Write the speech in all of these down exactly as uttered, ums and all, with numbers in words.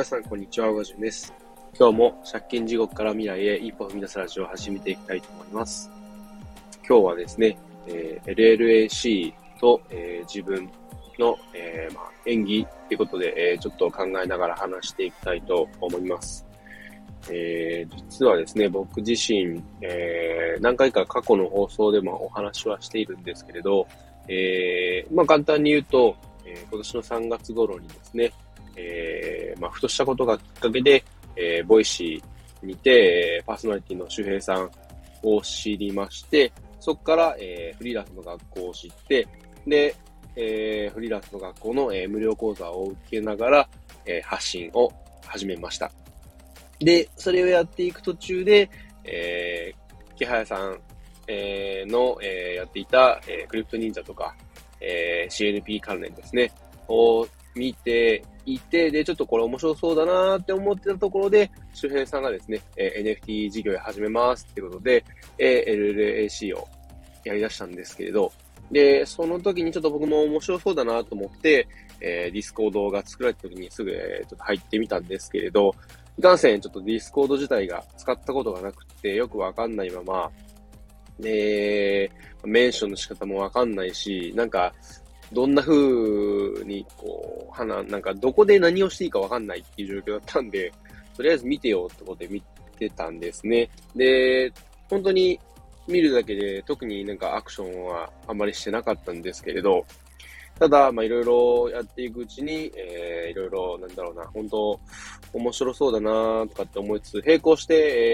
さん、こんにちは。おがじゅんです。今日も借金地獄から未来へ一歩踏み出すラジオを始めていきたいと思います。今日はですね、えー、エルエルエーシー と、えー、自分の、えーまあ、演技ということで、えー、ちょっと考えながら話していきたいと思います。えー、実はですね、僕自身、えー、何回か過去の放送でもお話はしているんですけれど、えー、まあ簡単に言うと、えー、今年のさんがつ頃にですね、えー、まあふとしたことがきっかけで、えー、ボイシーにて、パーソナリティの周平さんを知りまして、そこから、えー、フリーランスの学校を知って、で、えー、フリーランスの学校の、えー、無料講座を受けながら、えー、発信を始めました。で、それをやっていく途中で、えー、木早さん、えー、の、えー、やっていた、えー、クリプト忍者とか、えー、シーエヌピー 関連ですね、を見ていて、で、ちょっとこれ面白そうだなーって思ってたところで、周平さんがですね、えー、エヌエフティー 事業を始めますっていうことで、えー、エルエルエーシー をやり出したんですけれど、で、その時にちょっと僕も面白そうだなと思って、えー、ディスコードが作られた時にすぐ、えー、ちょっと入ってみたんですけれど、いかんせんちょっとディスコード自体が使ったことがなくてよくわかんないまま、で、メンションの仕方もわかんないし、なんか、どんな風に、こう、花、なんかどこで何をしていいかわかんないっていう状況だったんで、とりあえず見てよってことで見てたんですね。で、本当に見るだけで特になんかアクションはあんまりしてなかったんですけれど、ただ、まあ、いろいろやっていくうちに、えー、いろいろ、なんだろうな、本当面白そうだなとかって思いつつ、並行して、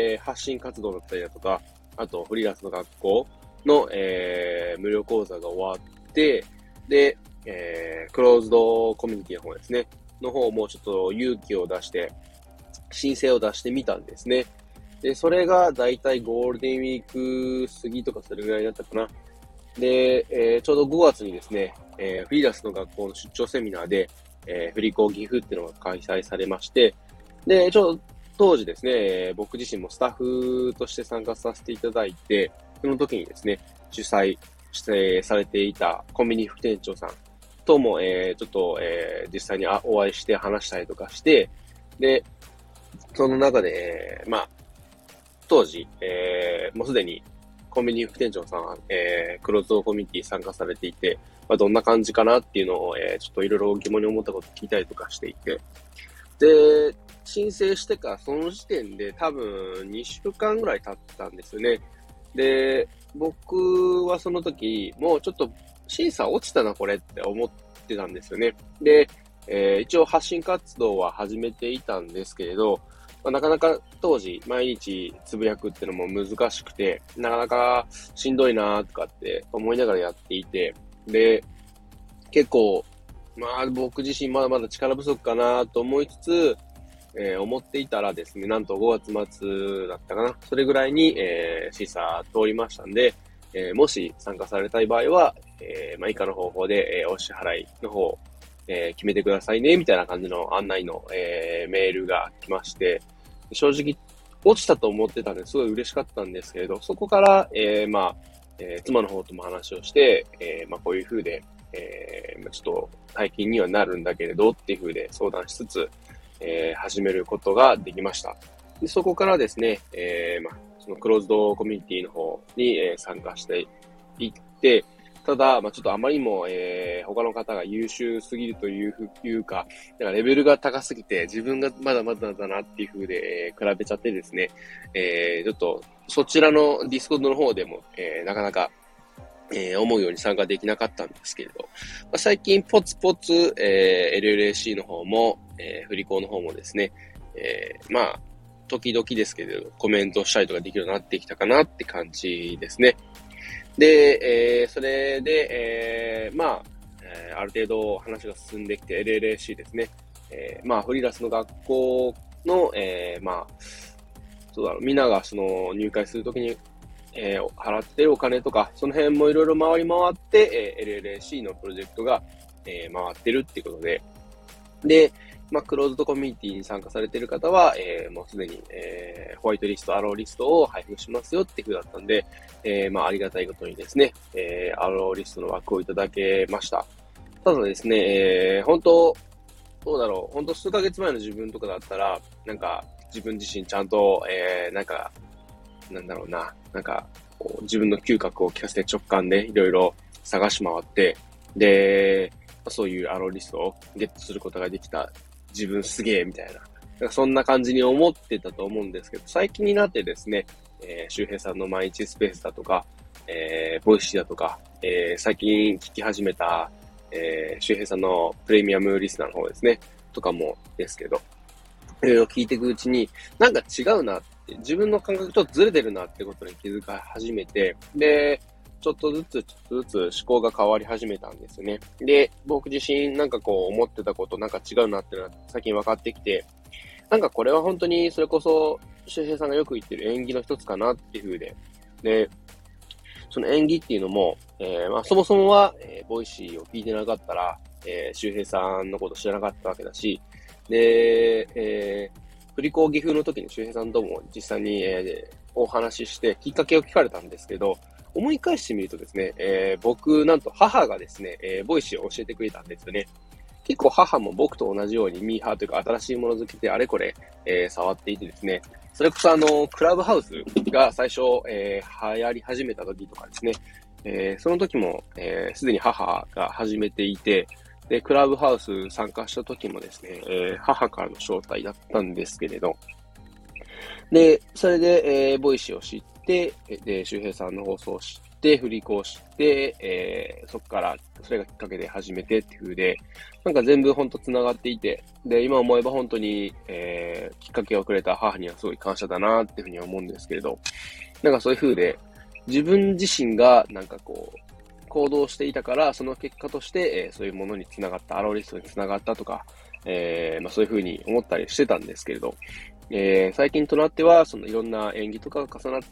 えー、発信活動だったりだとか、あと、フリーランスの学校の、えー、無料講座が終わって、で、えー、クローズドコミュニティの方ですね、の方もちょっと勇気を出して、申請を出してみたんですね。で、それがだいたいゴールデンウィーク過ぎとかそれぐらいだったかな。で、えー、ちょうどごがつにですね、えー、フリーランスの学校の出張セミナーで、えー、振り子岐阜っていうのが開催されまして、で、ちょうど当時ですね、えー僕自身もスタッフとして参加させていただいて、その時にですね、主催してされていたコンビニ副店長さんとも、えー、ちょっと、えー、実際にお会いして話したりとかして、で、その中で、えーまあ、当時、えー、もうすでにコンビニ副店長さんは、えー、クローズドコミュニティ参加されていて、まあ、どんな感じかなっていうのを、えー、ちょっといろいろ疑問に思ったこと聞いたりとかしていて、で、申請してからその時点で多分にしゅうかんぐらい経ったんですよね。で、僕はその時、もうちょっと審査落ちたなこれって思ってたんですよね。で、えー一応発信活動は始めていたんですけれど、まあ、なかなか当時毎日つぶやくっていうのも難しくて、なかなかしんどいなとかって思いながらやっていて、で、結構、まあ僕自身まだまだ力不足かなと思いつつ、えー思っていたらですね、なんとごがつ末だったかな。それぐらいに、えー審査通りましたんで、えーもし参加されたい場合は、えーまあ、以下の方法で、えーお支払いの方、えー決めてくださいね、みたいな感じの案内の、えーメールが来まして、正直、落ちたと思ってたんですごい嬉しかったんですけれど、そこから、えーまあ、えー妻の方とも話をして、えーまあ、こういう風で、えーまあ、ちょっと大金にはなるんだけれどっていう風で相談しつつ、えー始めることができました。でそこからですね、えーまあ、そのクローズドコミュニティの方に、えー参加していって、ただ、まあ、ちょっとあまりにも、えー他の方が優秀すぎるというふいうか、なんかレベルが高すぎて、自分がまだまだだなっていう風で、えー比べちゃってですね、えーちょっとそちらのディスコードの方でも、えーなかなかえー思うように参加できなかったんですけれど、まあ、最近ポツポツ、えー エルエルエーシー の方も、えー、振り子の方もですね、えーまあ、時々ですけれど、コメントしたりとかできるようになってきたかなって感じですね。で、えーそれで、えーまあ、えーある程度話が進んできて エルエルエーシー ですね、えーまあ、フリーランスの学校の、えーまあ、そうだろう、みんながその入会するときにえー払ってるお金とか、その辺もいろいろ回り回って、えー エルエルエーシー のプロジェクトが、えー回ってるっていうことで、で、まあ、クローズドコミュニティに参加されている方は、えーもうすでに、えーホワイトリスト、アローリストを配布しますよっていう風だったんで、えーまあ、ありがたいことにですね、えーアローリストの枠をいただけました。ただですね、えー本当、 どうだろう。ほんと数ヶ月前の自分とかだったら、なんか、自分自身ちゃんと、えー、なんか、なんだろうな。なんか、こう自分の嗅覚を聞かせて直感でいろいろ探し回って、で、そういうアローリストをゲットすることができた自分すげえみたいな。なんかそんな感じに思ってたと思うんですけど、最近になってですね、えー、周平さんの毎日スペースだとか、えー、ボイシーだとか、えー、最近聞き始めた、えー、周平さんのプレミアムリスナーの方ですね、とかもですけど、いろいろ聞いていくうちに、なんか違うなって、自分の感覚とずれてるなってことに気づか始めて、で、ちょっとずつ、ちょっとずつ思考が変わり始めたんですよね。で、僕自身なんかこう思ってたことなんか違うなっていうのは最近分かってきて、なんかこれは本当にそれこそ、周平さんがよく言ってる演技の一つかなっていう風で、で、その演技っていうのも、えー、まあそもそもは、えー、ボイシーを聞いてなかったら、えー、周平さんのこと知らなかったわけだし、で、えー、振り子岐阜の時に周平さんとも実際に、えー、お話ししてきっかけを聞かれたんですけど、思い返してみるとですね、えー、僕、なんと母がですね、えー、ボイシーを教えてくれたんですよね。結構母も僕と同じようにミーハーというか新しいもの好きであれこれ、えー、触っていてですね、それこそあの、クラブハウスが最初、えー、流行り始めた時とかですね、えー、その時も、えー、すでに母が始めていて、で、クラブハウス参加した時もですね、えー、母からの招待だったんですけれど、で、それで、えー、ボイシーを知って、で、周平さんの放送を知って、振り子を知って、えー、そこから、それがきっかけで始めてっていう風で、なんか全部ほんと繋がっていて、で、今思えば本当に、えー、きっかけをくれた母にはすごい感謝だなっていう風に思うんですけれど、なんかそういう風で、自分自身がなんかこう、行動していたから、その結果として、えー、そういうものに繋がった、アローリストに繋がったとか、えー、まあそういう風に思ったりしてたんですけれど、えー、最近となっては、そのいろんな演技とかが重なって、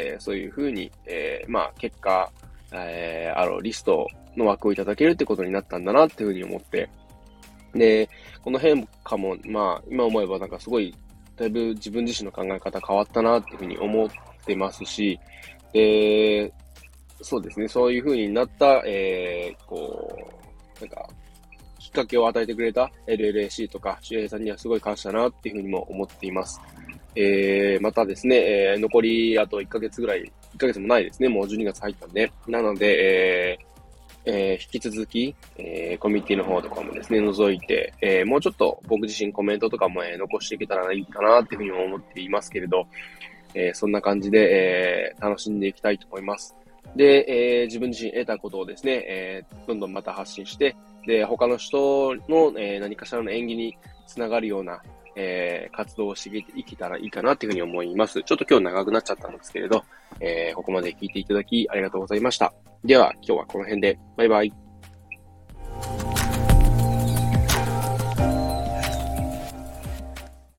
えー、そういう風に、えー、まあ結果、えー、アローリストの枠をいただけるってことになったんだなっていう風に思って、で、この変化も、まあ今思えばなんかすごい、だいぶ自分自身の考え方変わったなっていう風に思ってますし、で、そうですね。そういう風になった、えー、こう、なんか、きっかけを与えてくれた エルエルエーシー とか、周平さんにはすごい感謝だなっていう風にも思っています。えー、またですね、えー、残りあといっかげつぐらい、いっかげつもないですね。もうじゅうにがつ入ったんで。なので、えー、えー、引き続き、えー、コミュニティの方とかもですね、覗いて、えー、もうちょっと僕自身コメントとかも、えー、残していけたらいいかなっていう風にも思っていますけれど、えー、そんな感じで、えー、楽しんでいきたいと思います。で、えー、自分自身得たことをですね、えー、どんどんまた発信して、で、他の人の、えー、何かしらの演技につながるような、えー、活動をしていけたらいいかなというふうに思います。ちょっと今日長くなっちゃったんですけれど、えー、ここまで聞いていただきありがとうございました。では、今日はこの辺で。バイバイ。